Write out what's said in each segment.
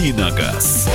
«Давиногаз».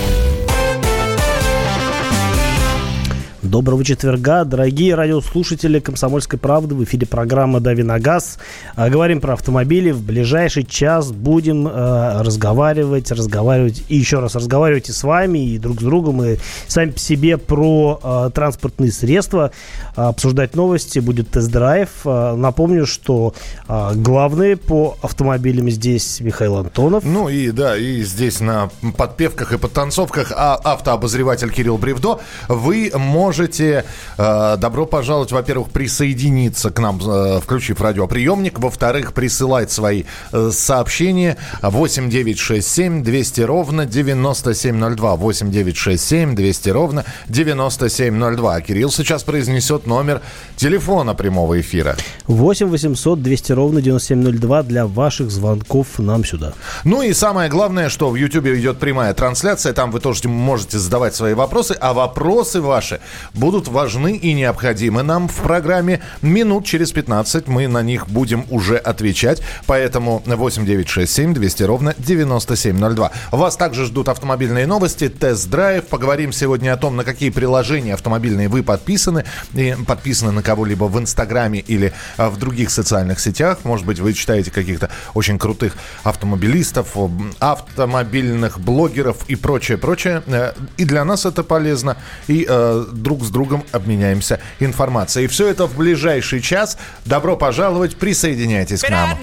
Доброго четверга, дорогие радиослушатели «Комсомольской правды». В эфире программа «Давиногаз». Говорим про автомобили. В ближайший час будем разговаривать и еще раз разговаривать и с вами, и друг с другом, и сами по себе про транспортные средства. Обсуждать новости, будет тест-драйв. Напомню, что главный по автомобилям здесь Михаил Антонов. Ну и да, и здесь на подпевках и подтанцовках автообозреватель Кирилл Бревдо. Вы можете, добро пожаловать, во-первых, присоединиться к нам, включив радиоприемник. Во-вторых, присылать свои сообщения 8 967 200 ровно 9702. 8 967 200 ровно 9702. Кирилл сейчас произнесет номер телефона прямого эфира. 8 800 200 ровно 9702 для ваших звонков нам сюда. Ну и самое главное, что в Ютьюбе идет прямая трансляция. Там вы тоже можете задавать свои вопросы. А вопросы ваши будут важны и необходимы нам в программе. Минут через 15 мы на них будем уже отвечать. Поэтому 8 967 200 ровно 9702. Вас также ждут автомобильные новости, тест-драйв. Поговорим сегодня о том, на какие приложения автомобильные вы подписаны. И подписаны на кого-либо в Инстаграме или в других социальных сетях. Может быть, вы читаете каких-то очень крутых автомобилистов, автомобильных блогеров и прочее. И для нас это полезно. И друг с другом обменяемся информацией. И все это в ближайший час. Добро пожаловать, присоединяйтесь к нам.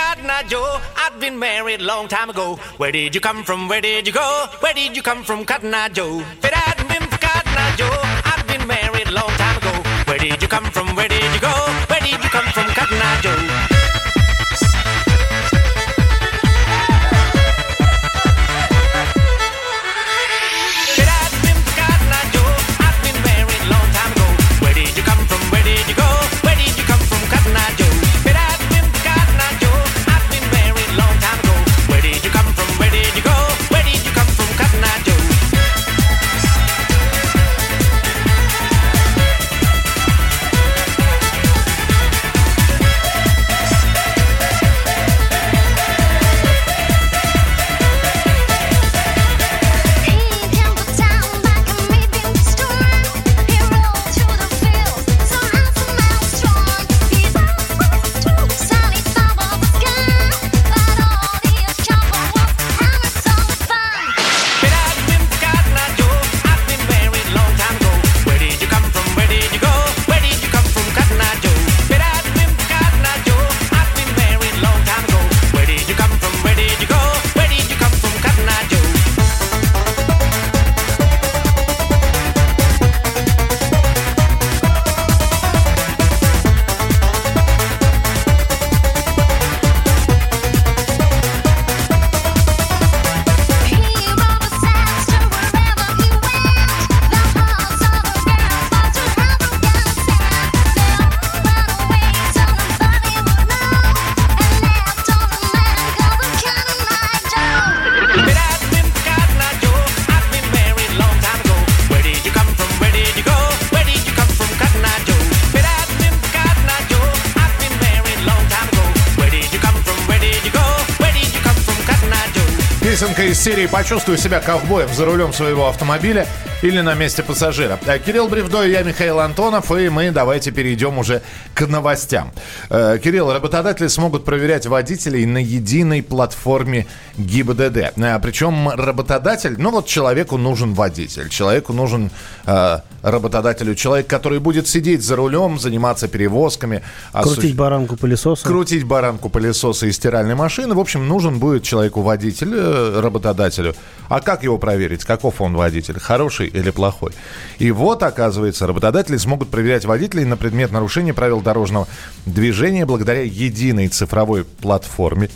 Песенка из серии «Почувствуй себя ковбоем за рулем своего автомобиля или на месте пассажира». Кирилл Бревдо и я, Михаил Антонов, и мы давайте перейдем уже к новостям. Кирилл, работодатели смогут проверять водителей на единой платформе ГИБДД. Причем работодатель, человеку нужен водитель, человеку нужен работодателю человек, который будет сидеть за рулем, заниматься перевозками. Крутить баранку пылесоса. Крутить баранку пылесоса и стиральной машины. В общем, нужен будет человеку водитель, работодателю. А как его проверить? Каков он водитель? Хороший или плохой? И вот, оказывается, работодатели смогут проверять водителей на предмет нарушения правил дорожного движения благодаря единой цифровой платформе.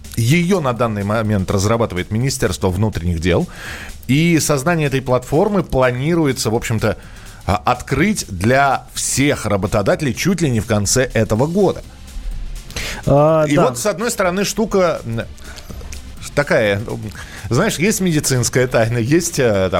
Ее на данный момент разрабатывает Министерство внутренних дел. И создание этой платформы планируется, в общем-то, открыть для всех работодателей чуть ли не в конце этого года. И вот, с одной стороны, штука такая, знаешь, есть медицинская тайна, есть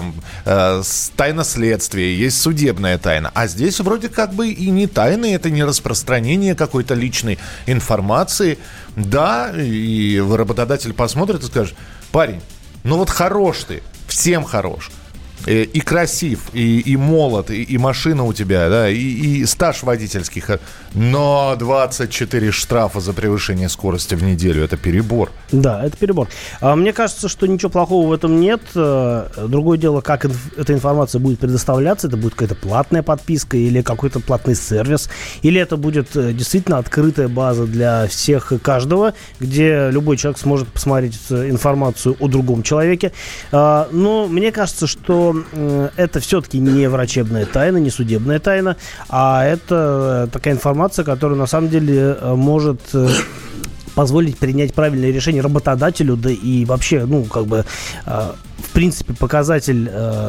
тайна следствия, есть судебная тайна. А здесь вроде как бы и не тайна, это не распространение какой-то личной информации. Да, и работодатель посмотрит и скажет: парень, ну вот хорош ты, всем хорош. И красив, и молод, и машина у тебя, да, и стаж водительский. Но 24 штрафа за превышение скорости в неделю – это перебор. Да, это перебор. Мне кажется, что ничего плохого в этом нет. Другое дело, как эта информация будет предоставляться. Это будет какая-то платная подписка или какой-то платный сервис. Или это будет действительно открытая база для всех и каждого, где любой человек сможет посмотреть информацию о другом человеке. Но мне кажется, что это все-таки не врачебная тайна, не судебная тайна, а это такая информация, которая на самом деле может позволить принять правильное решение работодателю, да и вообще, в принципе, показатель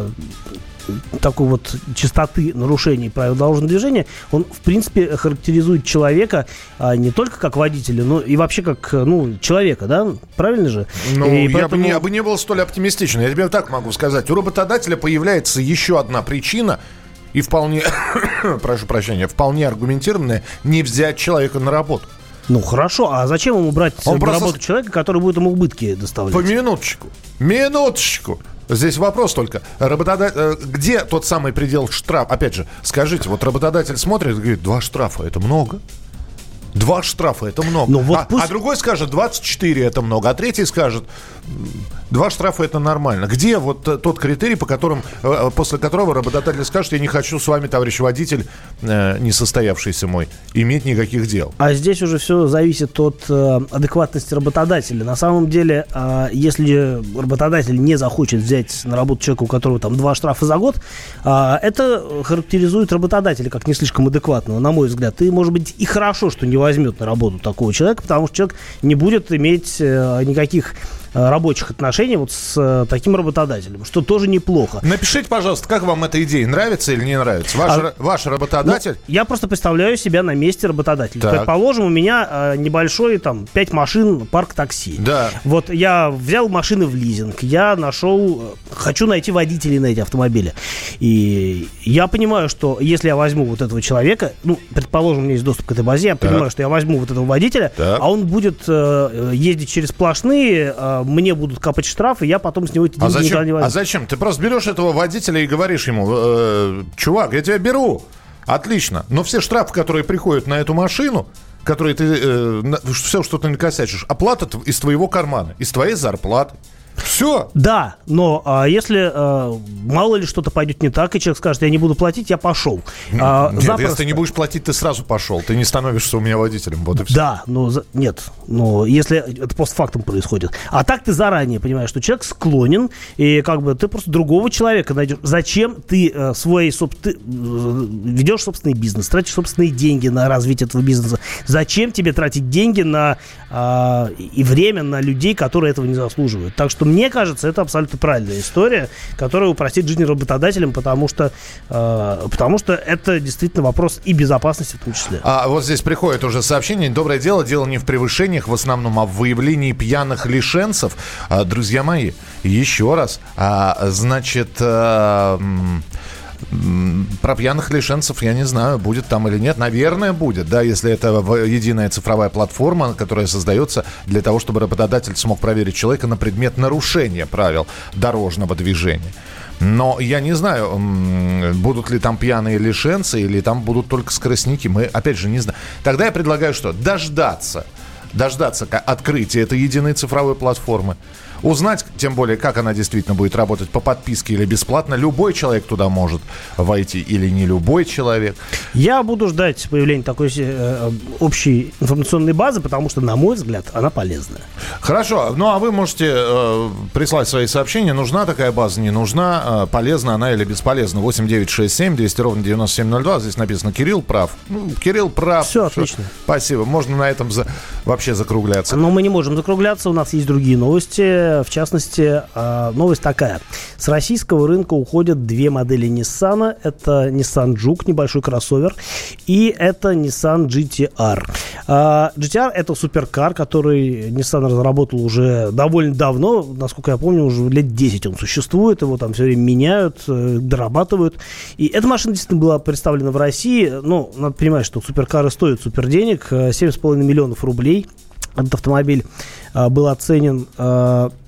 такой вот частоты нарушений правил дорожного движения, он, в принципе, характеризует человека не только как водителя, но и вообще как, человека, да? Правильно же? Я бы не был столь оптимистичен. Я тебе так могу сказать. У работодателя появляется еще одна причина, и вполне, прошу прощения, вполне аргументированная, не взять человека на работу. Ну, хорошо, а зачем ему брать на работу человека, который будет ему убытки доставлять? Минуточку. Здесь вопрос только. Где тот самый предел штрафа? Опять же, скажите, вот работодатель смотрит и говорит, 2 штрафа – это много? 2 штрафа – это много. А другой скажет, 24 – это много. А третий скажет, 2 штрафа – это нормально. Где вот тот критерий, после которого работодатель скажет, я не хочу с вами, товарищ водитель, несостоявшийся мой, иметь никаких дел? А здесь уже все зависит от адекватности работодателя. На самом деле, если работодатель не захочет взять на работу человека, у которого там 2 штрафа за год, это характеризует работодателя как не слишком адекватного, на мой взгляд. И, может быть, и хорошо, что не возьмет на работу такого человека, потому что человек не будет иметь никаких рабочих отношений вот с таким работодателем, что тоже неплохо. Напишите, пожалуйста, как вам эта идея, нравится или не нравится? Ваш работодатель? Я просто представляю себя на месте работодателя. Так. Предположим, у меня небольшой, 5 машин, парк такси. Да. Вот я взял машины в лизинг, хочу найти водителей на эти автомобили. И я понимаю, что если я возьму вот этого человека, предположим, у меня есть доступ к этой базе, я понимаю, что я возьму вот этого водителя, а он будет ездить через сплошные, мне будут капать штрафы, я потом с него эти деньги никогда не возьму. А зачем? Ты просто берешь этого водителя и говоришь ему, чувак, я тебя беру. Отлично. Но все штрафы, которые приходят на эту машину, которые ты, все, что ты накосячишь, оплата из твоего кармана, из твоей зарплаты. Все. Да, но если мало ли что-то пойдет не так, и человек скажет, я не буду платить, я пошел. Нет, если ты не будешь платить, ты сразу пошел. Ты не становишься у меня водителем. Вот и все. Да, но если это постфактум происходит. А так ты заранее понимаешь, что человек склонен, и ты просто другого человека найдешь. Зачем ты ведешь собственный бизнес, тратишь собственные деньги на развитие этого бизнеса? Зачем тебе тратить деньги и время на людей, которые этого не заслуживают? Так что мне кажется, это абсолютно правильная история, которая упростит жизнь работодателям, потому что это действительно вопрос и безопасности в том числе. А вот здесь приходит уже сообщение. Доброе дело не в превышениях в основном, а в выявлении пьяных лишенцев. Друзья мои, еще раз, про пьяных лишенцев я не знаю, будет там или нет. Наверное, будет, да, если это единая цифровая платформа, которая создается для того, чтобы работодатель смог проверить человека на предмет нарушения правил дорожного движения. Но я не знаю, будут ли там пьяные лишенцы или там будут только скоростники. Мы, опять же, не знаем. Тогда я предлагаю что? Дождаться открытия этой единой цифровой платформы. Узнать, тем более, как она действительно будет работать, по подписке или бесплатно. Любой человек туда может войти или не любой человек. Я буду ждать появления такой общей информационной базы, потому что, на мой взгляд, она полезная. Хорошо. Ну, а вы можете прислать свои сообщения. Нужна такая база, не нужна, полезна она или бесполезна. 8 200 ровно 9702. Здесь написано «Кирилл прав». Кирилл прав. Все, отлично. Спасибо. Можно на этом вообще закругляться. Но мы не можем закругляться. У нас есть другие новости. В частности, новость такая. С российского рынка уходят 2 модели Nissan. Это Nissan Juke, небольшой кроссовер, и это Nissan GT-R. GT-R – это суперкар, который Nissan разработал уже довольно давно. Насколько я помню, уже лет 10 он существует. Его там все время меняют, дорабатывают. И эта машина действительно была представлена в России. Но надо понимать, что суперкары стоят супер денег. 7,5 миллионов рублей. Этот автомобиль был оценен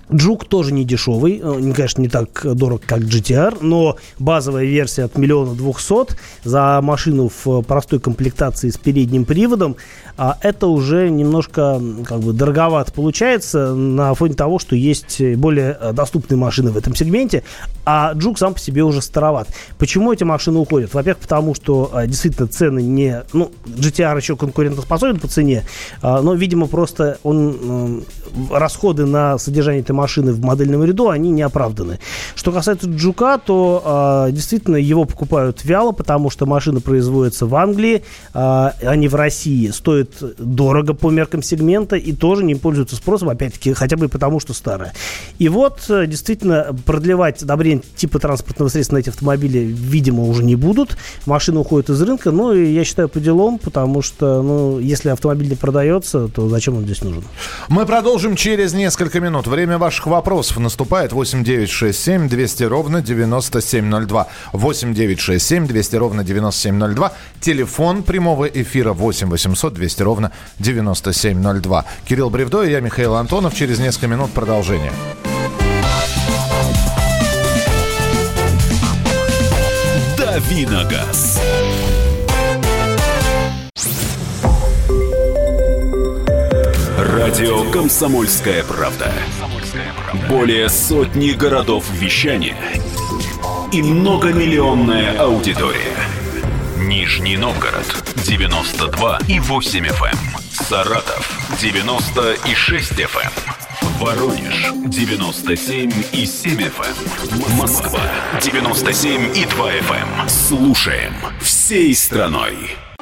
Juke тоже не дешевый, конечно, не так дорог, как GT-R, но базовая версия от 1 200 000 за машину в простой комплектации с передним приводом, это уже немножко дороговато получается на фоне того, что есть более доступные машины в этом сегменте, а Juke сам по себе уже староват. Почему эти машины уходят? Во-первых, потому что действительно цены не... GT-R еще конкурентоспособен по цене, но, видимо, просто расходы на содержание этой машины в модельном ряду, они не оправданы. Что касается Juke, то действительно его покупают вяло, потому что машина производится в Англии, а не в России, стоит дорого по меркам сегмента и тоже не пользуются спросом, опять-таки, хотя бы потому, что старая. И вот, действительно, продлевать одобрение типа транспортного средства на эти автомобили, видимо, уже не будут. Машина уходит из рынка, и я считаю, по делам, потому что, если автомобиль не продается, то зачем он здесь нужен? Мы продолжим через несколько минут. Время ваших вопросов наступает. 8 9 6 7 200 ровно 9702. 8 9 6 7 200 ровно 9702. Телефон прямого эфира 8 800 200 ровно 9702. Кирилл Бревдо и я, Михаил Антонов. Через несколько минут продолжение. Давиногаз. Радио «Комсомольская правда». Более сотни городов вещания и многомиллионная аудитория. Нижний Новгород 92,8 FM. Саратов 90,6 FM. Воронеж 97,7 FM. Москва 97,2 FM. Слушаем всей страной.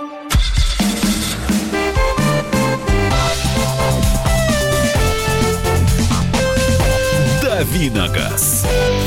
Давиногаз.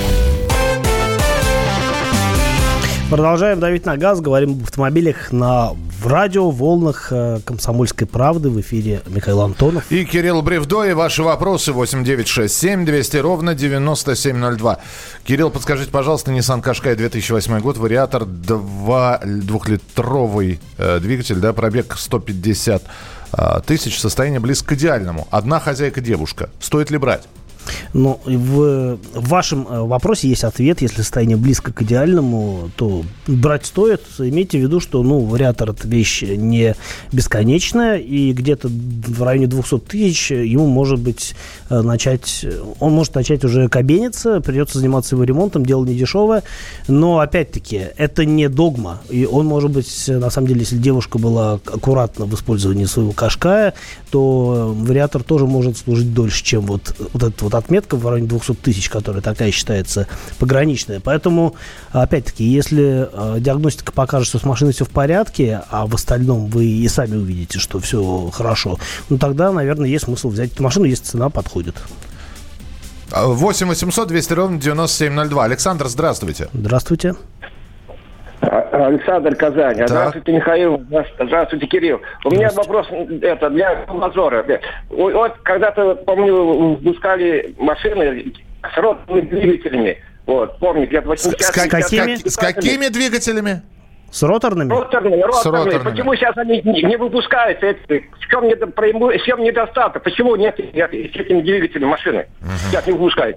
Продолжаем давить на газ, говорим об автомобилях в радиоволнах «Комсомольской правды». В эфире Михаил Антонов. И Кирилл Бревдо, и ваши вопросы 8 9 6 7 200 ровно 9702. Кирилл, подскажите, пожалуйста, Nissan Qashqai 2008 год, вариатор 2-литровый двигатель, пробег 150 тысяч, состояние близко к идеальному. Одна хозяйка-девушка. Стоит ли брать? В вашем вопросе есть ответ. Если состояние близко к идеальному, то брать стоит. Имейте в виду, что вариатор – это вещь не бесконечная, и где-то в районе 200 тысяч ему он может начать уже кабениться, придется заниматься его ремонтом, дело не дешевое. Но, опять-таки, это не догма. И он, может быть, на самом деле, если девушка была аккуратна в использовании своего Qashqai, то вариатор тоже может служить дольше, чем вот эта отметка в районе 200 тысяч, которая такая считается пограничная. Поэтому, опять-таки, если диагностика покажет, что с машиной все в порядке, а в остальном вы и сами увидите, что все хорошо, тогда, наверное, есть смысл взять эту машину, если цена подходит. 8 800 200 ровно 9702. Александр, здравствуйте. Здравствуйте. Александр, Казань. Да. Здравствуйте, Михаил. Здравствуйте, Кирилл. У меня вопрос для Мазора. Вот когда-то, помню, выпускали машины с роторными двигателями. Помню, где-то 80-е. С какими двигателями? С роторными? Роторными. Почему сейчас они не выпускаются? В чем недостаток? Почему нет с этими двигателями машины? Сейчас не выпускают.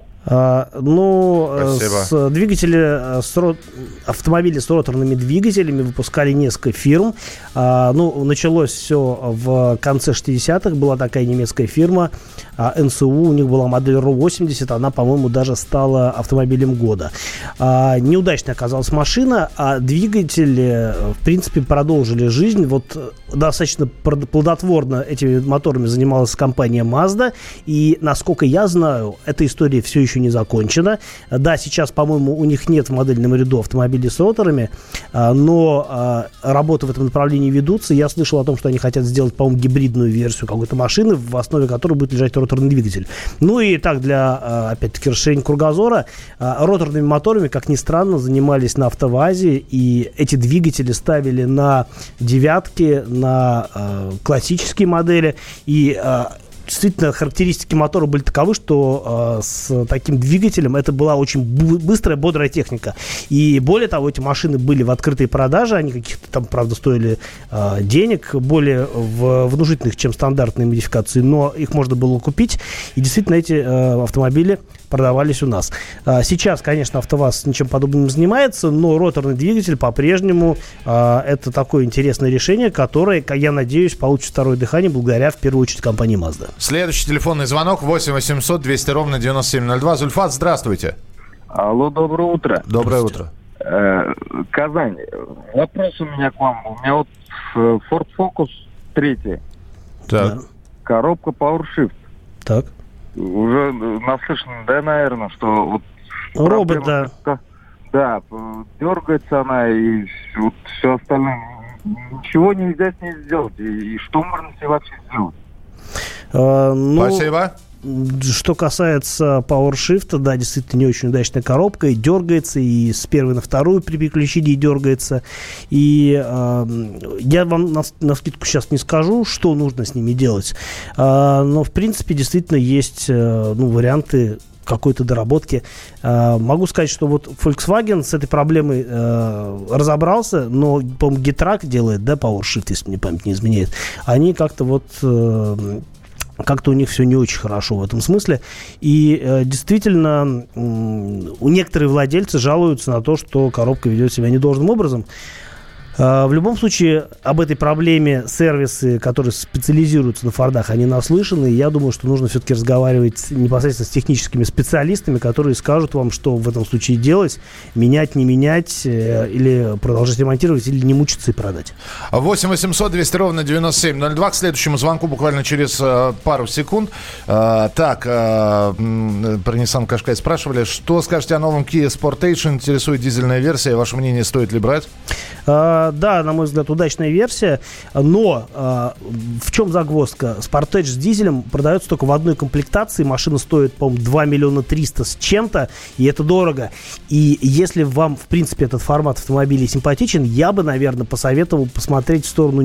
Автомобили с роторными двигателями выпускали несколько фирм. Началось все в конце 60-х. Была такая немецкая фирма НСУ. У них была модель РО-80. Она, по-моему, даже стала автомобилем года. Неудачная оказалась машина, а двигатели, в принципе, продолжили жизнь. Достаточно плодотворно этими моторами занималась компания Mazda. И, насколько я знаю, эта история все еще не закончена. Да, сейчас, по-моему, у них нет в модельном ряду автомобилей с роторами, но работы в этом направлении ведутся. Я слышал о том, что они хотят сделать, по-моему, гибридную версию какой-то машины, в основе которой будет лежать роторный двигатель. И так, для, опять-таки, расширения кругозора, роторными моторами, как ни странно, занимались на АвтоВАЗе, и эти двигатели ставили на девятки, на классические модели, и действительно характеристики мотора были таковы, что с таким двигателем это была очень быстрая, бодрая техника. И более того, эти машины были в открытой продаже, они каких-то там, правда, стоили денег, более внушительных, чем стандартные модификации, но их можно было купить, и действительно эти автомобили продавались у нас. Сейчас, конечно, АвтоВАЗ ничем подобным не занимается, но роторный двигатель по-прежнему это такое интересное решение, которое, я надеюсь, получит второе дыхание благодаря, в первую очередь, компании Mazda. Следующий телефонный звонок 8 800 200 ровно 9702. Зульфат, здравствуйте. Алло, доброе утро. Доброе утро. Казань. Вопрос у меня к вам. У меня вот Ford Focus 3. Так. Коробка PowerShift. Так. Уже наслышан, да, наверное, что вот... Робот, да. Да, дергается она и вот все остальное. Ничего нельзя с ней сделать. И что можно с ней вообще сделать? Спасибо. Что касается PowerShift, да, действительно не очень удачная коробка, и дергается, и с первой на вторую при переключении дергается. И я вам навскидку сейчас не скажу, что нужно с ними делать. Но, в принципе, действительно есть варианты какой-то доработки. Могу сказать, что вот Volkswagen с этой проблемой разобрался, но, по-моему, Getrack делает, да, PowerShift, если мне память не изменяет. Они как-то вот... Как-то у них все не очень хорошо в этом смысле. И действительно, некоторые владельцы жалуются на то, что коробка ведет себя недолжным образом. В любом случае, об этой проблеме сервисы, которые специализируются на Фордах, они наслышаны. И я думаю, что нужно все-таки разговаривать непосредственно с техническими специалистами, которые скажут вам, что в этом случае делать, менять, не менять, или продолжать ремонтировать, или не мучиться и продать. 8 800 200 ровно 9702. К следующему звонку буквально через пару секунд. Так, про Nissan Qashqai спрашивали, что скажете о новом Kia Sportage? Интересует дизельная версия. Ваше мнение, стоит ли брать? Да, на мой взгляд, удачная версия, но в чем загвоздка? Sportage с дизелем продается только в одной комплектации, машина стоит, по-моему, 2 миллиона 300 с чем-то, и это дорого. И если вам, в принципе, этот формат автомобилей симпатичен, я бы, наверное, посоветовал посмотреть в сторону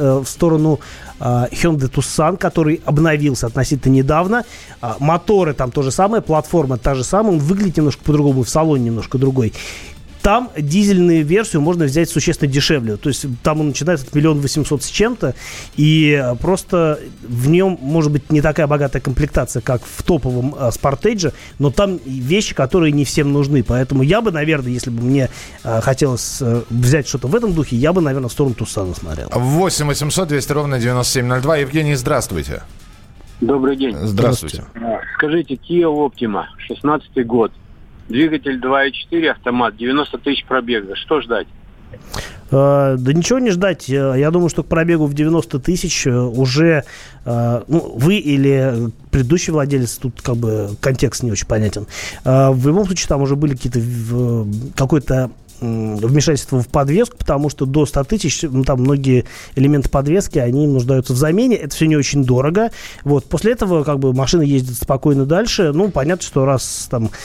Hyundai Tucson, который обновился относительно недавно. Моторы там то же самое, платформа та же самая, он выглядит немножко по-другому, в салоне немножко другой. Там дизельную версию можно взять существенно дешевле. То есть там он начинается от 1 800 000 с чем-то. И просто в нем может быть не такая богатая комплектация, как в топовом Sportage, но там вещи, которые не всем нужны. Поэтому я бы, наверное, если бы мне хотелось взять что-то в этом духе, я бы, наверное, в сторону Tucson смотрел. 8 800 200 ровно 9702. Евгений, здравствуйте. Добрый день. Здравствуйте. Скажите, Kia Optima, 16-й год. Двигатель 2.4, автомат, 90 тысяч пробега. Что ждать? Да ничего не ждать. Я думаю, что к пробегу в 90 тысяч уже вы или предыдущий владелец, тут как бы контекст не очень понятен. В любом случае там уже были какое-то вмешательство в подвеску, потому что до 100 тысяч, там многие элементы подвески, они нуждаются в замене, это все не очень дорого. Вот. После этого как бы машина ездит спокойно дальше. Понятно, что раз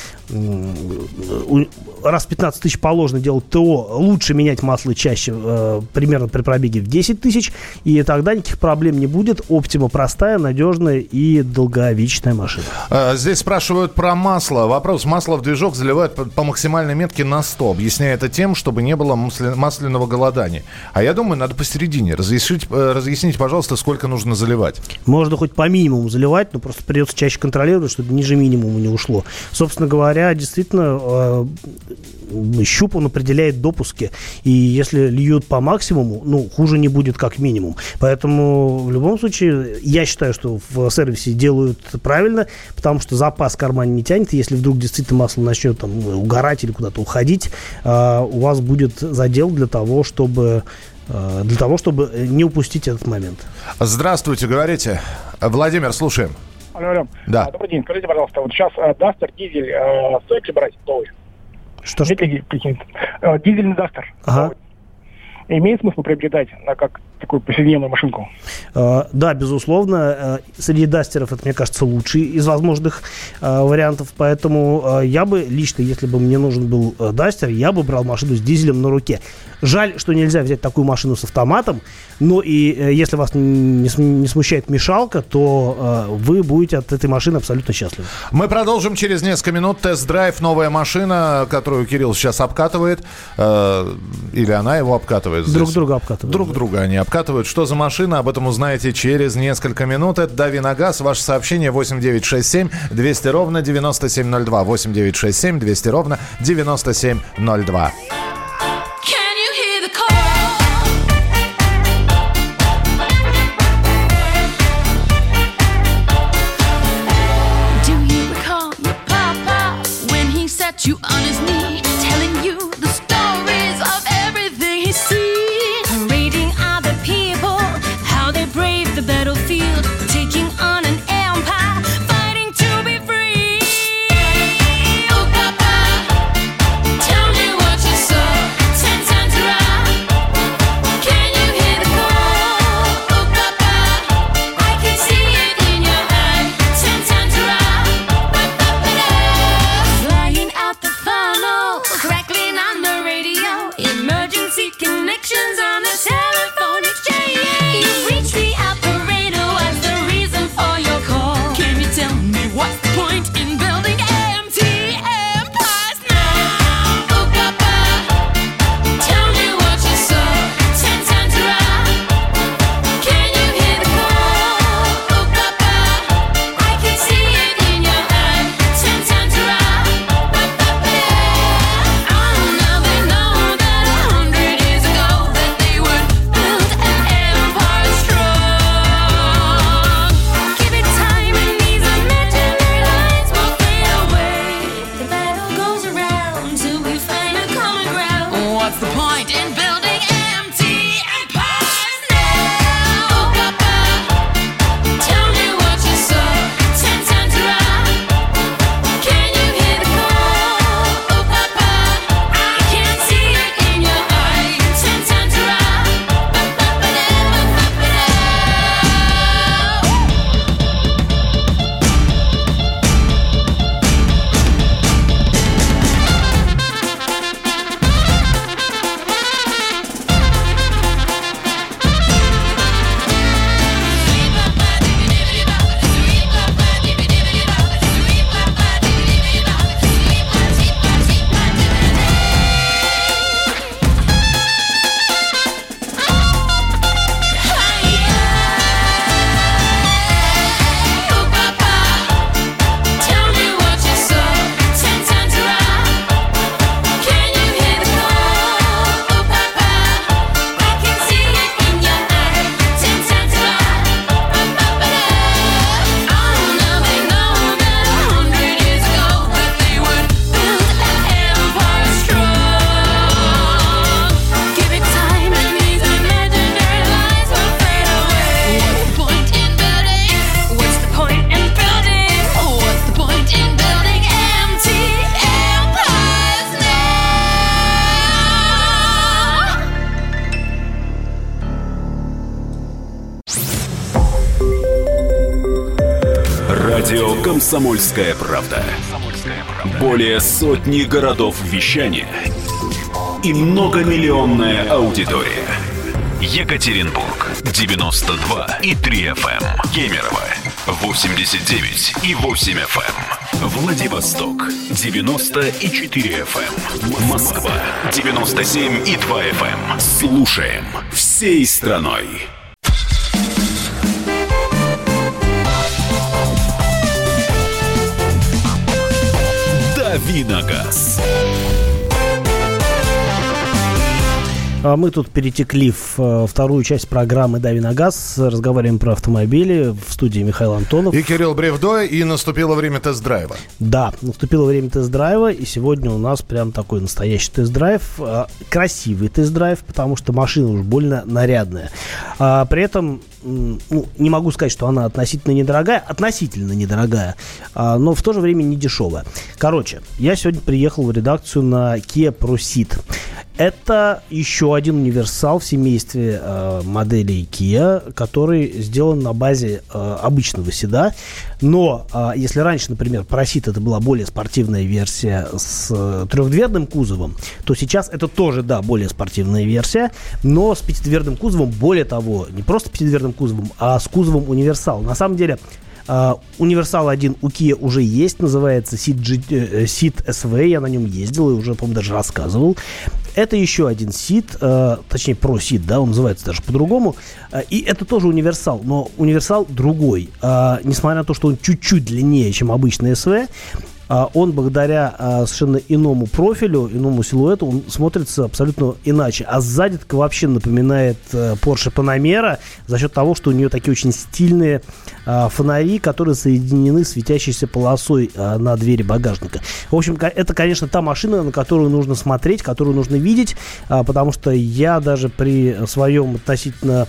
15 тысяч положено делать ТО, лучше менять масло чаще, примерно при пробеге в 10 тысяч, и тогда никаких проблем не будет. Optima простая, надежная и долговечная машина. Здесь спрашивают про масло. Вопрос. Масло в движок заливают по максимальной метке на 100. Объясняет это тем, чтобы не было масляного голодания. А я думаю, надо посередине. Разъясните, пожалуйста, сколько нужно заливать. Можно хоть по минимуму заливать, но просто придется чаще контролировать, чтобы ниже минимума не ушло. Собственно говоря, действительно, щуп он определяет допуски. И если льют по максимуму, хуже не будет как минимум. Поэтому в любом случае, я считаю, что в сервисе делают правильно, потому что запас в кармане не тянет. И если вдруг действительно масло начнет угорать или куда-то уходить, у вас будет задел для того, чтобы не упустить этот момент. Здравствуйте, говорите. Владимир, слушаем. Алло. Да. Добрый день. Скажите, пожалуйста, вот сейчас Duster дизель стоит ли брать новый? Что? Дизельный Duster. Ага. Имеет смысл приобретать как такую повседневную машинку? Да, безусловно. Среди дастеров это, мне кажется, лучший из возможных вариантов. Поэтому я бы лично, если бы мне нужен был дастер, я бы брал машину с дизелем на руке. Жаль, что нельзя взять такую машину с автоматом. Но и если вас не смущает мешалка, то вы будете от этой машины абсолютно счастливы. Мы продолжим через несколько минут. Тест-драйв, новая машина, которую Кирилл сейчас обкатывает. Или она его обкатывает? Друг друга обкатывают. Друг друга они обкатывают. Что за машина? Об этом узнаете через несколько минут. Это «Дави на газ». Ваше сообщение 8967 200 ровно 9702. 8967 200 ровно 9702. You on his knee, telling you the stories of everything he's seen, parading other people, how they brave the battlefield, taking on an empire, fighting to be free. Oh, Papa, tell me what you saw, 10 times around. Can you hear the call? Oh, Papa, I can see it in your eye, 10 times around. Flying out the funnel, crackling on the radio, emergency connections on the telephone exchange. You reach the operator, what's the reason for your call? Can you tell me what's the point in building empty empires now? Oh, Papa, tell me what you saw, 10 times around. Can you hear the call? Oh, Papa, I can see it in your eye, 10 times around. Now they know that 100 years ago that they would build an empire strong. Give it time and these imaginary lines will fade away. The battle goes around till we find a common ground. What's the point in building empty empires now? Oh, Papa, tell me what you saw, 10 times around. Can you hear the call? Oh, Papa, I can see it in your eye, 10 times around. Oh, Papa, tell me what you saw, 10 times around. Can you hear the call? Oh, Papa, I can see it in your eye, 10 times around. Now they know that 100 years ago that they would build an empire strong. Give it time and these imaginary lines will fade away. What's the point in building? What's the point in building? What's the point in building empty empires now? Радио «Комсомольская правда». Более сотни городов вещания и многомиллионная аудитория. Екатеринбург 92,3 FM, Кемерово 89,8 FM, Владивосток 90,4 FM, Москва 97,2 FM. Слушаем всей страной. «Дави на газ». Мы тут перетекли в вторую часть программы «Дави на газ». Разговариваем про автомобили. В студии Михаил Антонов. И Кирилл Бревдо. И наступило время тест-драйва. Да, наступило время тест-драйва. И сегодня у нас прям такой настоящий тест-драйв. Красивый тест-драйв, потому что машина уж больно нарядная. При этом не могу сказать, что она относительно недорогая, но в то же время не дешевая. Короче, я сегодня приехал в редакцию на Kia Proceed. Это еще один универсал в семействе моделей Kia, который сделан на базе обычного седа. Но если раньше, например, Proceed это была более спортивная версия с трехдверным кузовом, то сейчас это тоже, да, более спортивная версия, но с пятидверным кузовом. Более того, не просто пятидверным кузовом, а с кузовом универсал. На самом деле, универсал 1 у Kia уже есть, называется Ceed SV, я на нем ездил и уже, по-моему, даже рассказывал. Это еще один Ceed, точнее Proceed, да, он называется даже по-другому. И это тоже универсал, но универсал другой. Несмотря на то, что он чуть-чуть длиннее, чем обычный SV, он благодаря совершенно иному профилю, иному силуэту, он смотрится абсолютно иначе. А сзади так вообще напоминает Porsche Panamera за счет того, что у нее такие очень стильные фонари, которые соединены светящейся полосой на двери багажника. В общем, это, конечно, та машина, на которую нужно смотреть, которую нужно видеть, потому что я даже при своем относительно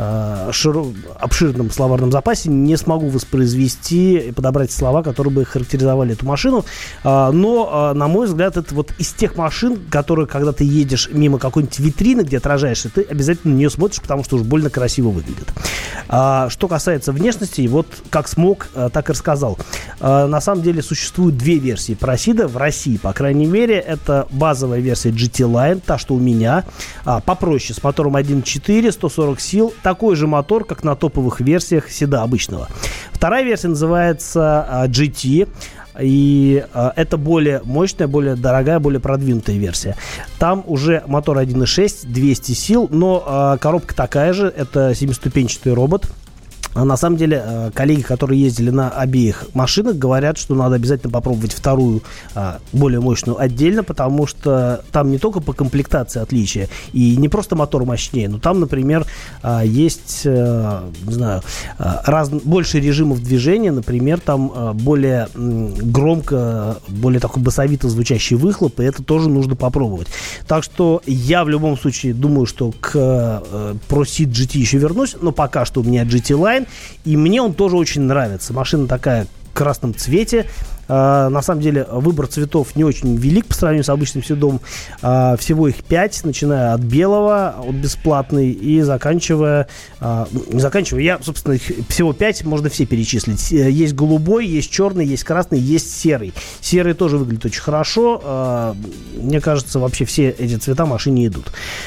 обширном словарном запасе не смогу воспроизвести и подобрать слова, которые бы характеризовали эту машину. Но, на мой взгляд, это вот из тех машин, которые, когда ты едешь мимо какой-нибудь витрины, где отражаешься, ты обязательно на нее смотришь, потому что уж больно красиво выглядит. Что касается внешности, вот как смог, так и рассказал. На самом деле существуют две версии Proceed в России, по крайней мере. Это базовая версия GT Line, та, что у меня, попроще, с мотором 1.4, 140 сил, такой же мотор, как на топовых версиях седа обычного. Вторая версия называется GT. И это более мощная, более дорогая, более продвинутая версия. Там уже мотор 1.6, 200 сил, но коробка такая же. Это 7-ступенчатый робот. На самом деле, коллеги, которые ездили на обеих машинах, говорят, что надо обязательно попробовать вторую, более мощную отдельно, потому что там не только по комплектации отличия, и не просто мотор мощнее, но там, например, есть, не знаю, больше режимов движения, например, там более громко, более такой басовито звучащий выхлоп, и это тоже нужно попробовать. Так что я в любом случае думаю, что к Proceed GT еще вернусь, но пока что у меня GT Line, и мне он тоже очень нравится. Машина такая в красном цвете. На самом деле выбор цветов не очень велик по сравнению с обычным седом. Всего их 5, начиная от белого, от бесплатной, и заканчивая... Не заканчивая, я, собственно, их всего 5, можно все перечислить. Есть голубой, есть черный, есть красный, есть серый. Серый тоже выглядит очень хорошо. Мне кажется, вообще все эти цвета в машине идут.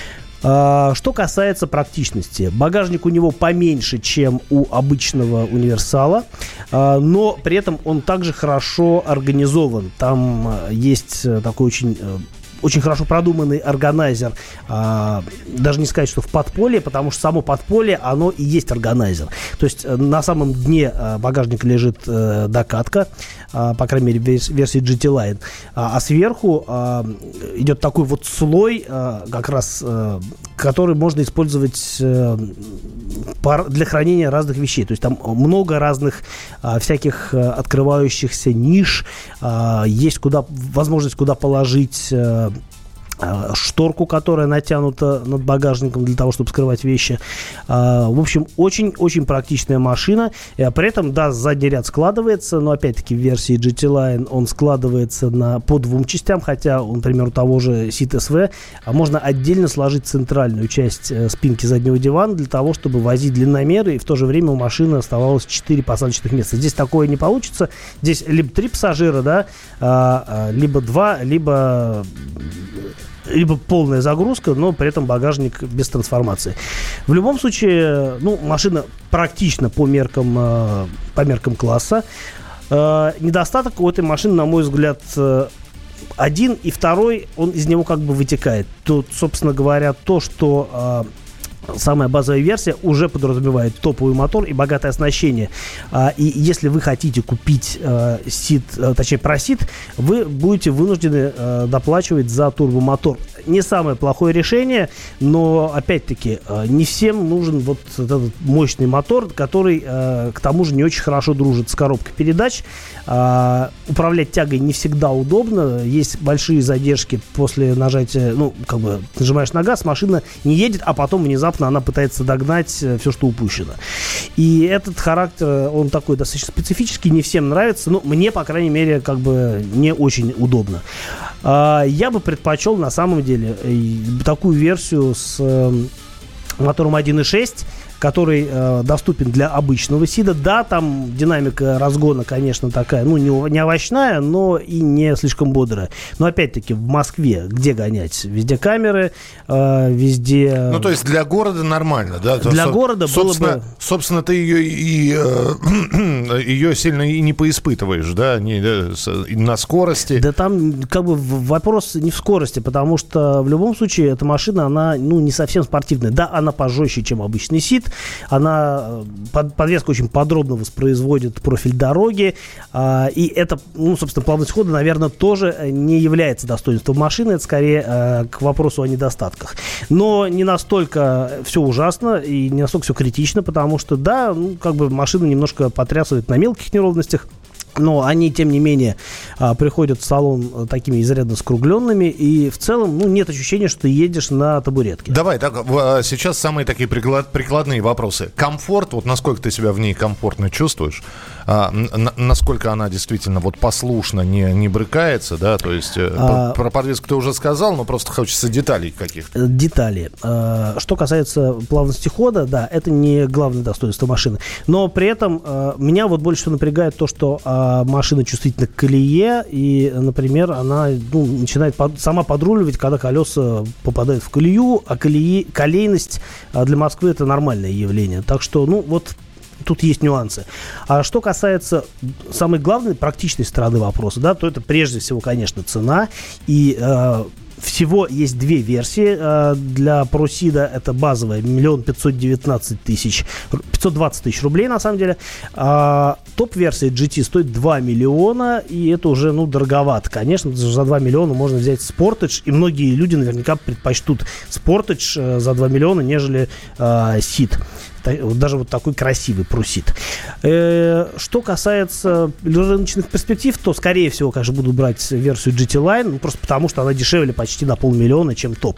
Что касается практичности, багажник у него поменьше, чем у обычного универсала, но при этом он также хорошо организован. Там есть такой очень хорошо продуманный органайзер, даже не сказать, что в подполье, потому что само подполье, оно и есть органайзер. То есть на самом дне багажника лежит докатка, по крайней мере, в версии GT Line, а сверху идет такой вот слой, как раз, который можно использовать для хранения разных вещей. То есть там много разных всяких открывающихся ниш, есть возможность куда положить шторку, которая натянута над багажником для того, чтобы скрывать вещи. В общем, очень-очень практичная машина. При этом, да, задний ряд складывается, но опять-таки в версии GT Line он складывается по двум частям, хотя он, например, у того же Ceed SV можно отдельно сложить центральную часть спинки заднего дивана для того, чтобы возить длинномеры, и в то же время у машины оставалось 4 посадочных места. Здесь такое не получится. Здесь либо 3 пассажира, да, либо 2, либо полная загрузка, но при этом багажник без трансформации. В любом случае, машина практична по меркам класса. Недостаток у этой машины, на мой взгляд, один, и второй, он из него как бы вытекает. Тут, собственно говоря, то, что самая базовая версия уже подразумевает топовый мотор и богатое оснащение. И если вы хотите купить Proceed, вы будете вынуждены доплачивать за турбомотор. Не самое плохое решение, но, опять-таки, не всем нужен вот этот мощный мотор, который, к тому же, не очень хорошо дружит с коробкой передач. Управлять тягой не всегда удобно. Есть большие задержки после нажатия, нажимаешь на газ, машина не едет, а потом внезапно внезапно она пытается догнать все, что упущено. И этот характер, он такой достаточно специфический, не всем нравится, но мне, по крайней мере, как бы не очень удобно. Я бы предпочел, на самом деле, такую версию с мотором 1.6, который доступен для обычного СИДа. Да, там динамика разгона, конечно, такая, ну, не овощная, но и не слишком бодрая. Но, опять-таки, в Москве где гонять? Везде камеры, везде... Ну, то есть для города нормально, да? Для города было бы... Собственно, ты ее сильно и не поиспытываешь, да? На скорости. Да там, как бы, вопрос не в скорости, потому что в любом случае эта машина, она, ну, не совсем спортивная. Да, она пожестче, чем обычный СИД. Она, подвеска очень подробно воспроизводит профиль дороги, и это, ну, собственно, плавность хода, наверное, тоже не является достоинством машины, это скорее к вопросу о недостатках. Но не настолько все ужасно и не настолько все критично, потому что, да, ну, как бы машина немножко потрясывает на мелких неровностях, но они, тем не менее, приходят в салон такими изрядно скругленными, и в целом, ну, нет ощущения, что ты едешь на табуретке. Давай, так, сейчас самые такие прикладные вопросы. Комфорт, вот насколько ты себя в ней комфортно чувствуешь? Насколько она действительно вот послушно не брыкается, да? То есть про подвеску ты уже сказал, но просто хочется деталей каких-то. Детали. Что касается плавности хода, да, это не главное достоинство машины. Но при этом меня вот больше всего напрягает то, что машина чувствительна к колее, и, например, она, ну, начинает сама подруливать, когда колеса попадают в колею, а колейность для Москвы это нормальное явление. Так что, ну, вот тут есть нюансы. А что касается самой главной практичной стороны вопроса, да, то это прежде всего, конечно, цена. И всего есть две версии для ProSID. Это базовая 1 519 тысяч, 520 тысяч рублей на самом деле. Топ-версия GT стоит 2 миллиона, и это уже, ну, дороговато. Конечно, за 2 миллиона можно взять Sportage, и многие люди наверняка предпочтут Sportage за 2 миллиона, нежели SID. Даже вот такой красивый ProSID. Что касается рыночных перспектив, то, скорее всего, конечно, буду брать версию GT Line, ну, просто потому, что она дешевле почти на 500 000, чем топ.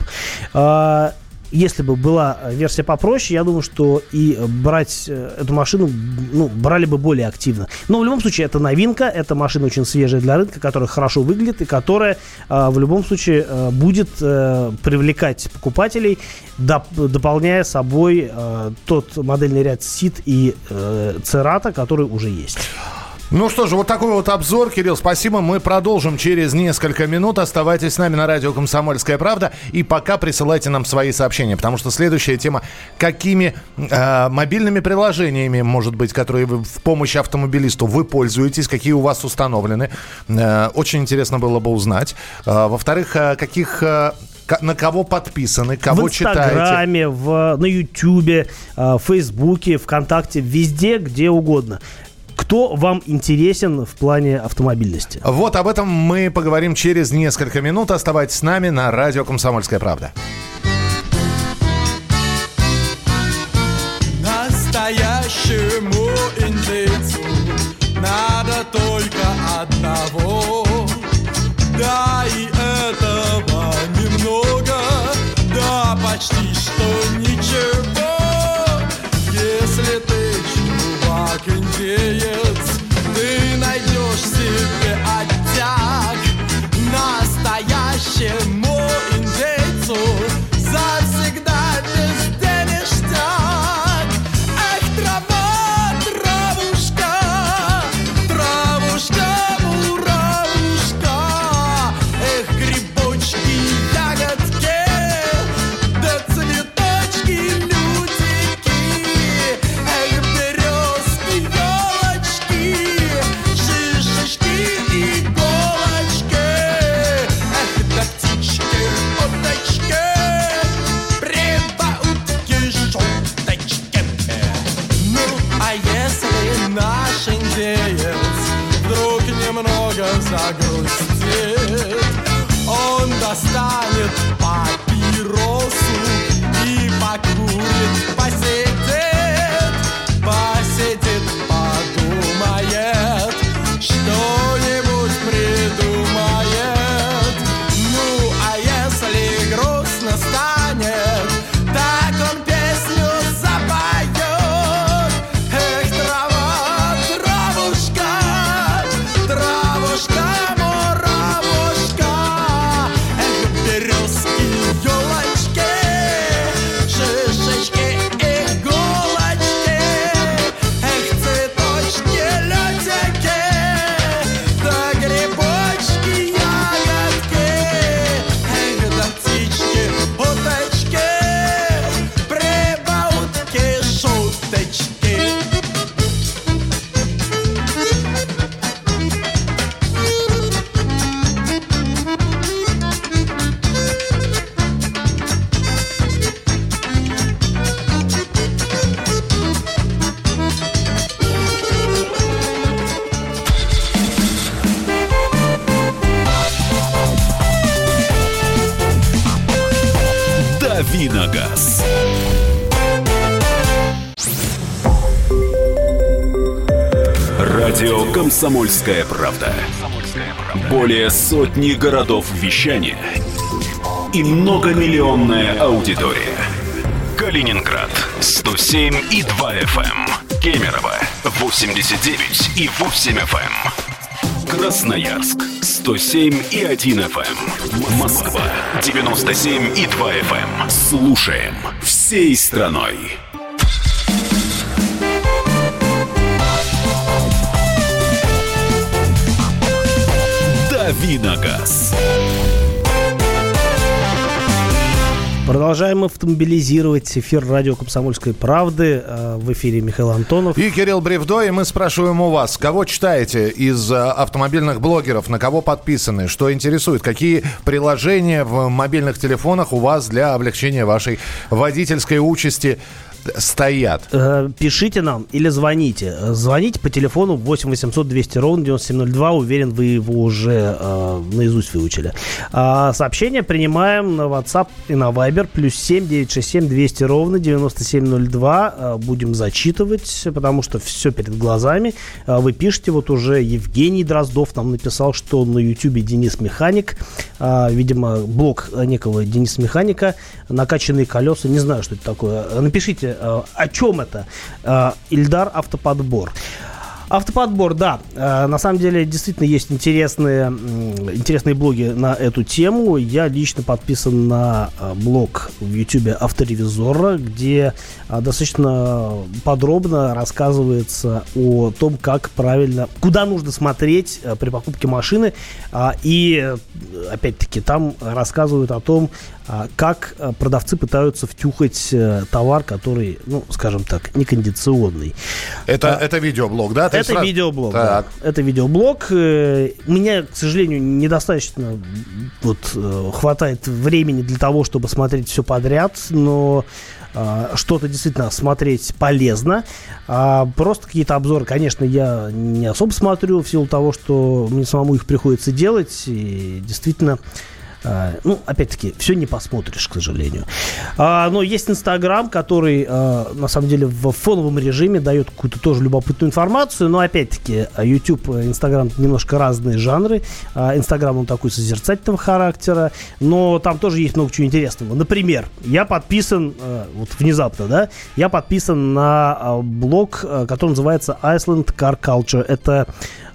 Если бы была версия попроще, я думаю, что и брать эту машину, ну, брали бы более активно. Но в любом случае это новинка, эта машина очень свежая для рынка, которая хорошо выглядит и которая в любом случае будет привлекать покупателей, дополняя собой тот модельный ряд SID и Cerato, который уже есть. Ну что же, вот такой вот обзор, Кирилл, спасибо. Мы продолжим через несколько минут. Оставайтесь с нами на радио «Комсомольская правда». И пока присылайте нам свои сообщения, потому что следующая тема: какими мобильными приложениями, может быть, которые вы в помощь автомобилисту вы пользуетесь, какие у вас установлены. Очень интересно было бы узнать. Во-вторых, на кого подписаны, кого читаете? В Инстаграме, на Ютубе, в Фейсбуке, ВКонтакте, везде, где угодно. Кто вам интересен в плане автомобильности? Вот об этом мы поговорим через несколько минут. Оставайтесь с нами на радио «Комсомольская правда». Настоящему индейцу надо только одного. Да и этого немного, да почти что ничего. Если ты чувак индеец, ты найдешь себе оттяг. Настоящему индейцу завсегда везде ништяк. Эх, трава, травушка, травушка, муравушка. Эх, грибочки, ягодки, да цветочки, лютики. Эх, березки, елочки, шишечки, иголочки. Эх, да птички, уточки, прибаутки, шуточки. Ну, а если наш индеец вдруг немного загрустит, он достанет папиросу и покурит, посидит, подумает, что-нибудь придумает. Ну, а если грустно станет, так он песню Давиногаз. Радио «Комсомольская правда». Более сотни городов вещания и многомиллионная аудитория. Калининград 107,2 FM. Кемерово 89,8 FM. Красноярск 107,1 FM. Москва 97,2 FM. Слушаем всей страной. Давиногаз. Продолжаем автомобилизировать эфир радио «Комсомольской правды». В эфире Михаил Антонов. И Кирилл Бревдо. И мы спрашиваем у вас, кого читаете из автомобильных блогеров, на кого подписаны, что интересует, какие приложения в мобильных телефонах у вас для облегчения вашей водительской участи стоят. Пишите нам или звоните. Звоните по телефону 8 800 200 ровно 9702. Уверен, вы его уже наизусть выучили. Сообщения принимаем на WhatsApp и на Viber. +7 967 200 ровно 9702. Будем зачитывать, потому что все перед глазами. Вы пишете, вот уже Евгений Дроздов нам написал, что на YouTube Денис Механик. Видимо, блог некого Дениса Механика. Накачанные колеса. Не знаю, что это такое. Напишите, о чем это? Ильдар Автоподбор. Автоподбор, да. На самом деле, действительно, есть интересные блоги на эту тему. Я лично подписан на блог в YouTube Авторевизора, где достаточно подробно рассказывается о том, как правильно, куда нужно смотреть при покупке машины. И, опять-таки, там рассказывают о том, как продавцы пытаются втюхать товар, который, ну, скажем так, некондиционный. Это видеоблог, да? Это видеоблог, да. Это видеоблог. У меня, к сожалению, недостаточно хватает времени для того, чтобы смотреть все подряд, но что-то действительно смотреть полезно. Просто какие-то обзоры, конечно, я не особо смотрю в силу того, что мне самому их приходится делать. И действительно, опять-таки, все не посмотришь, к сожалению. Но есть Инстаграм, который, на самом деле, в фоновом режиме дает какую-то тоже любопытную информацию. Но, опять-таки, YouTube, Инстаграм немножко разные жанры. Инстаграм, он такой созерцательного характера. Но там тоже есть много чего интересного. Например, я подписан, внезапно, да, я подписан на блог, который называется Iceland Car Culture. Это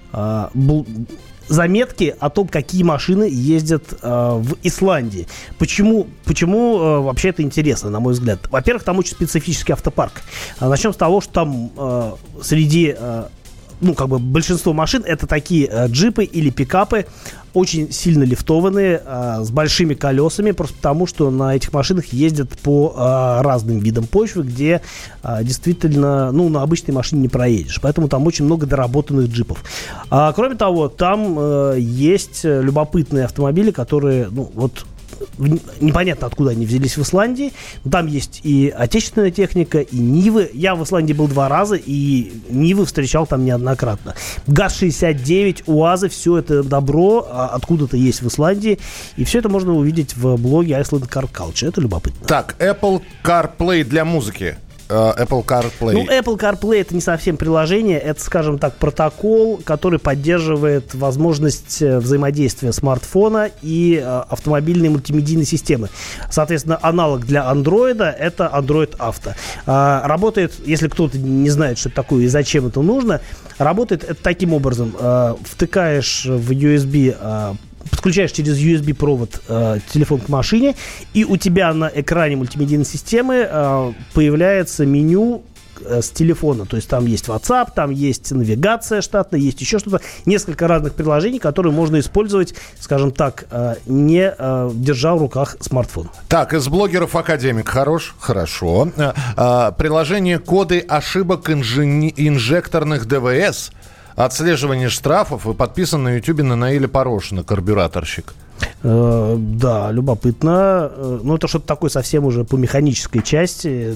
заметки о том, какие машины ездят в Исландии. Почему вообще это интересно, на мой взгляд? Во-первых, там очень специфический автопарк. Начнем с того, что там среди большинство машин это такие джипы или пикапы, очень сильно лифтованные, с большими колесами, просто потому, что на этих машинах ездят по разным видам почвы, где действительно, на обычной машине не проедешь. Поэтому там очень много доработанных джипов. Кроме того, там есть любопытные автомобили, которые, непонятно, откуда они взялись в Исландии. Там есть и отечественная техника, и Нивы. Я в Исландии был 2 раза, и Нивы встречал там неоднократно. ГАЗ-69, УАЗы, все это добро откуда-то есть в Исландии. И все это можно увидеть в блоге Iceland Car Culture. Это любопытно. Так, Apple CarPlay для музыки. Apple CarPlay. Apple CarPlay это не совсем приложение, это, скажем так, протокол, который поддерживает возможность взаимодействия смартфона и автомобильной мультимедийной системы. Соответственно, аналог для Android это Android Auto. Работает, если кто-то не знает, что это такое и зачем это нужно, работает это таким образом. Втыкаешь в USB, подключаешь через USB-провод телефон к машине, и у тебя на экране мультимедийной системы появляется меню с телефона. То есть там есть WhatsApp, там есть навигация штатная, есть еще что-то. Несколько разных приложений, которые можно использовать, скажем так, не держа в руках смартфон. Так, из блогеров академик хорош? Хорошо. Приложение «Коды ошибок инжекторных ДВС». Отслеживание штрафов. Вы подписан на YouTube на Наиля Порошина, карбюраторщик. Да, любопытно. Это что-то такое совсем уже по механической части.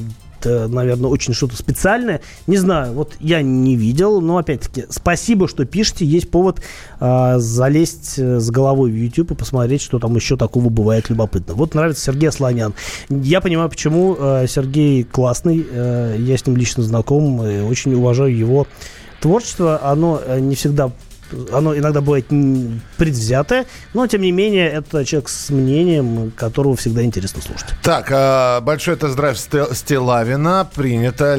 наверное, очень что-то специальное. Не знаю, вот я не видел, но, опять-таки, спасибо, что пишете. Есть повод залезть с головой в YouTube и посмотреть, что там еще такого бывает любопытно. Вот нравится Сергей Слонян. Я понимаю, почему. Сергей классный, я с ним лично знаком, и очень уважаю его творчество. Оно не всегда... Оно иногда бывает предвзятое, но, тем не менее, это человек с мнением, которого всегда интересно слушать. Так, большой тест-драйв Стилавина принято.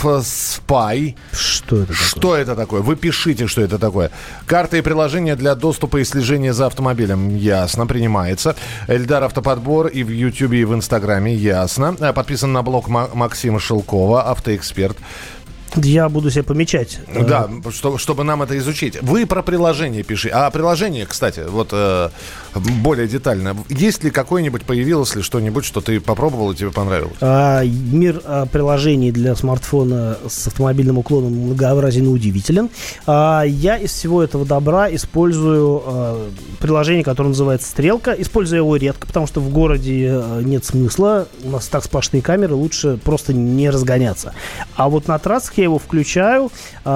LipSpy. Что это такое? Что это такое? Вы пишите, что это такое. Карты и приложения для доступа и слежения за автомобилем. Ясно, принимается. Эльдар Автоподбор и в Ютьюбе, и в Инстаграме. Ясно. Подписан на блог Максима Шелкова, автоэксперт. Я буду себе помечать. Да, чтобы нам это изучить. Вы про приложение пишите. А приложение, кстати, вот более детально. Есть ли какое-нибудь, появилось ли что-нибудь, что ты попробовал и тебе понравилось? Мир приложений для смартфона с автомобильным уклоном многообразен и удивителен. Я из всего этого добра использую приложение, которое называется «Стрелка». Использую его редко, потому что в городе нет смысла. У нас так сплошные камеры, лучше просто не разгоняться. А вот на трассах я его включаю.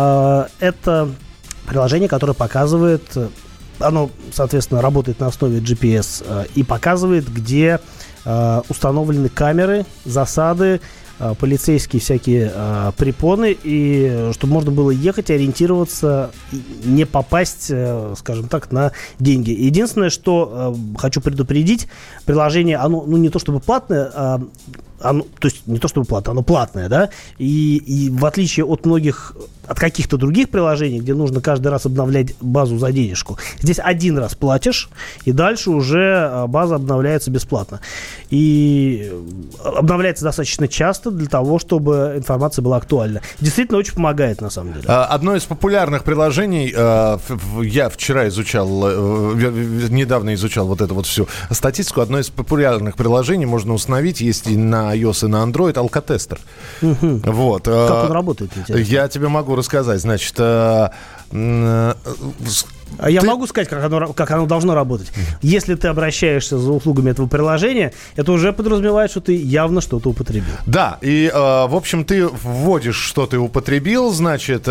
Это приложение, которое показывает... Оно, соответственно, работает на основе GPS и показывает, где установлены камеры, засады, полицейские всякие препоны, и чтобы можно было ехать и ориентироваться, не попасть, скажем так, на деньги. Единственное, что хочу предупредить, приложение, оно не то чтобы платное, то есть не то чтобы платное, оно платное, да, и в отличие от каких-то других приложений, где нужно каждый раз обновлять базу за денежку, здесь один раз платишь, и дальше уже база обновляется бесплатно. И обновляется достаточно часто для того, чтобы информация была актуальна. Действительно, очень помогает, на самом деле. Одно из популярных приложений, я вчера недавно изучал вот эту вот всю статистику, одно из популярных приложений можно установить, есть и на iOS, и на Android, алкотестер. Вот. Как он работает, интересно? Я тебе могу рассказать. Значит, я могу сказать, как оно должно работать. Если ты обращаешься за услугами этого приложения, это уже подразумевает, что ты явно что-то употребил. Да, и, в общем, ты вводишь, что ты употребил, значит,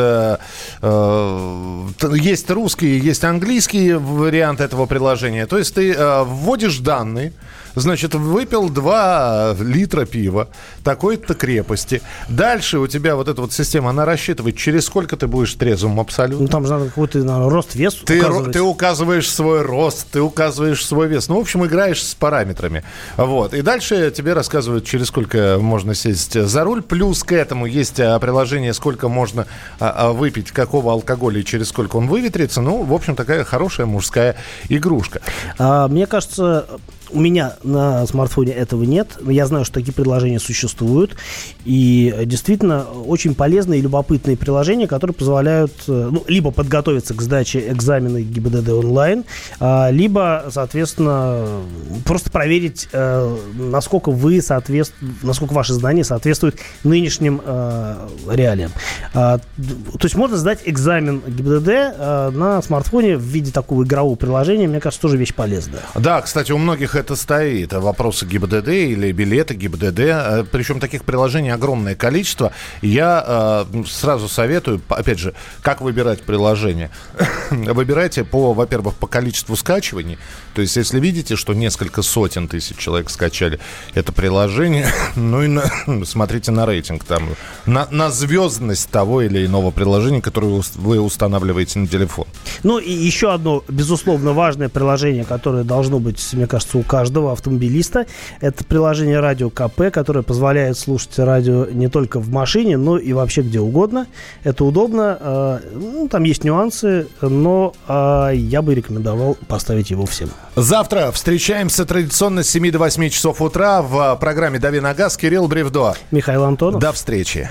есть русский, есть английский вариант этого приложения. То есть ты вводишь данные, значит, выпил 2 литра пива такой-то крепости. Дальше у тебя вот эта вот система, она рассчитывает, через сколько ты будешь трезвым абсолютно. Ну, там же надо какой-то рост, вес ты указываешь свой рост, ты указываешь свой вес. Ну, в общем, играешь с параметрами. Вот. И дальше тебе рассказывают, через сколько можно сесть за руль. Плюс к этому есть приложение, сколько можно выпить, какого алкоголя и через сколько он выветрится. Ну, в общем, такая хорошая мужская игрушка. Мне кажется... У меня на смартфоне этого нет. Я знаю, что такие приложения существуют. И действительно очень полезные и любопытные приложения, которые позволяют либо подготовиться к сдаче экзамена ГИБДД онлайн, либо, соответственно, просто проверить, насколько ваши знания соответствуют нынешним реалиям. То есть можно сдать экзамен ГИБДД на смартфоне в виде такого игрового приложения. Мне кажется, тоже вещь полезная. Да, кстати, у многих это стоит. Вопросы ГИБДД или билеты ГИБДД. Причем таких приложений огромное количество. Я сразу советую, опять же, как выбирать приложение. Выбирайте во-первых, по количеству скачиваний. То есть, если видите, что несколько сотен тысяч человек скачали это приложение, ну и смотрите на рейтинг, там, на звездность того или иного приложения, которое вы устанавливаете на телефон. Ну и еще одно, безусловно, важное приложение, которое должно быть, мне кажется, у каждого автомобилиста, это приложение «Радио КП», которое позволяет слушать радио не только в машине, но и вообще где угодно. Это удобно, там есть нюансы, но я бы рекомендовал поставить его всем. Завтра встречаемся традиционно с 7 до 8 часов утра в программе «Дави на газ». Кирилл Бревдо. Михаил Антонов. До встречи.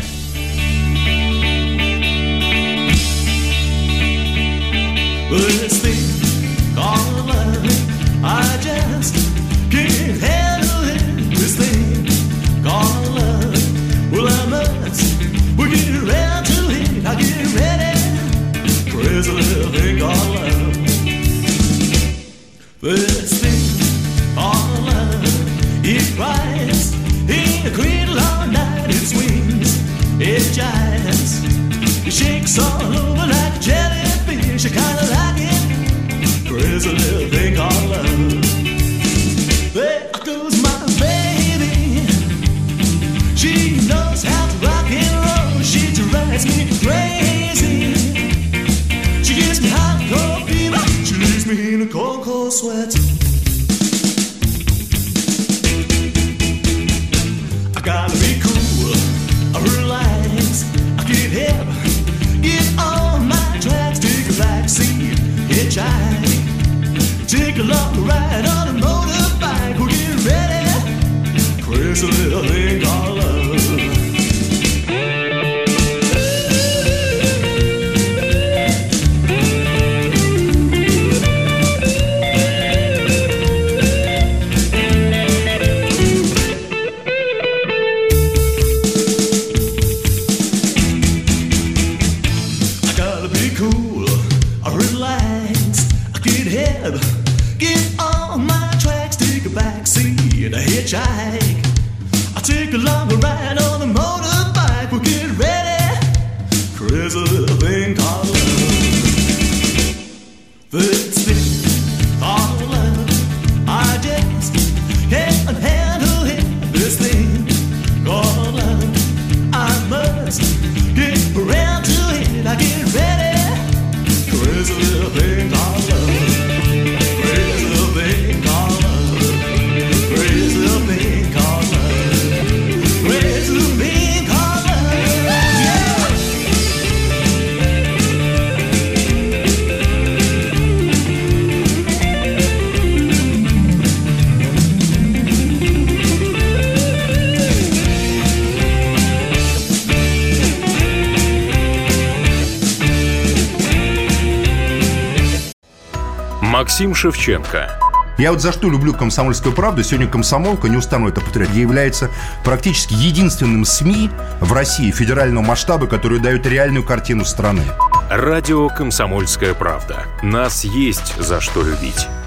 First thing on love, it cries in a cradle all night, it's sweet. It's all over like jellyfish. I kinda like it. Crazy little thing called love. There goes my baby. She knows how to rock and roll. She drives me crazy. She gives me hot cold fever. She leaves me in a cold, cold sweat. I gotta be cool, relax. I can't help, get on my tracks. Take a backseat, hitchhike. Take a long ride on a motorbike. We'll get ready. Crazy little thing called love. I take a longer ride on the motorbike. We'll get ready. Crazy little thing called love. This thing called love. I just can't handle it. This thing called love. I must get around to it. I get ready. Crazy little thing called love. Crazy little thing called love. Crazy little thing called love. Crazy little thing called love. Yeah. Максим Шевченко. Я вот за что люблю «Комсомольскую правду». Сегодня «Комсомолка», не устану это повторять, является практически единственным СМИ в России федерального масштаба, который дает реальную картину страны. Радио «Комсомольская правда». Нас есть за что любить.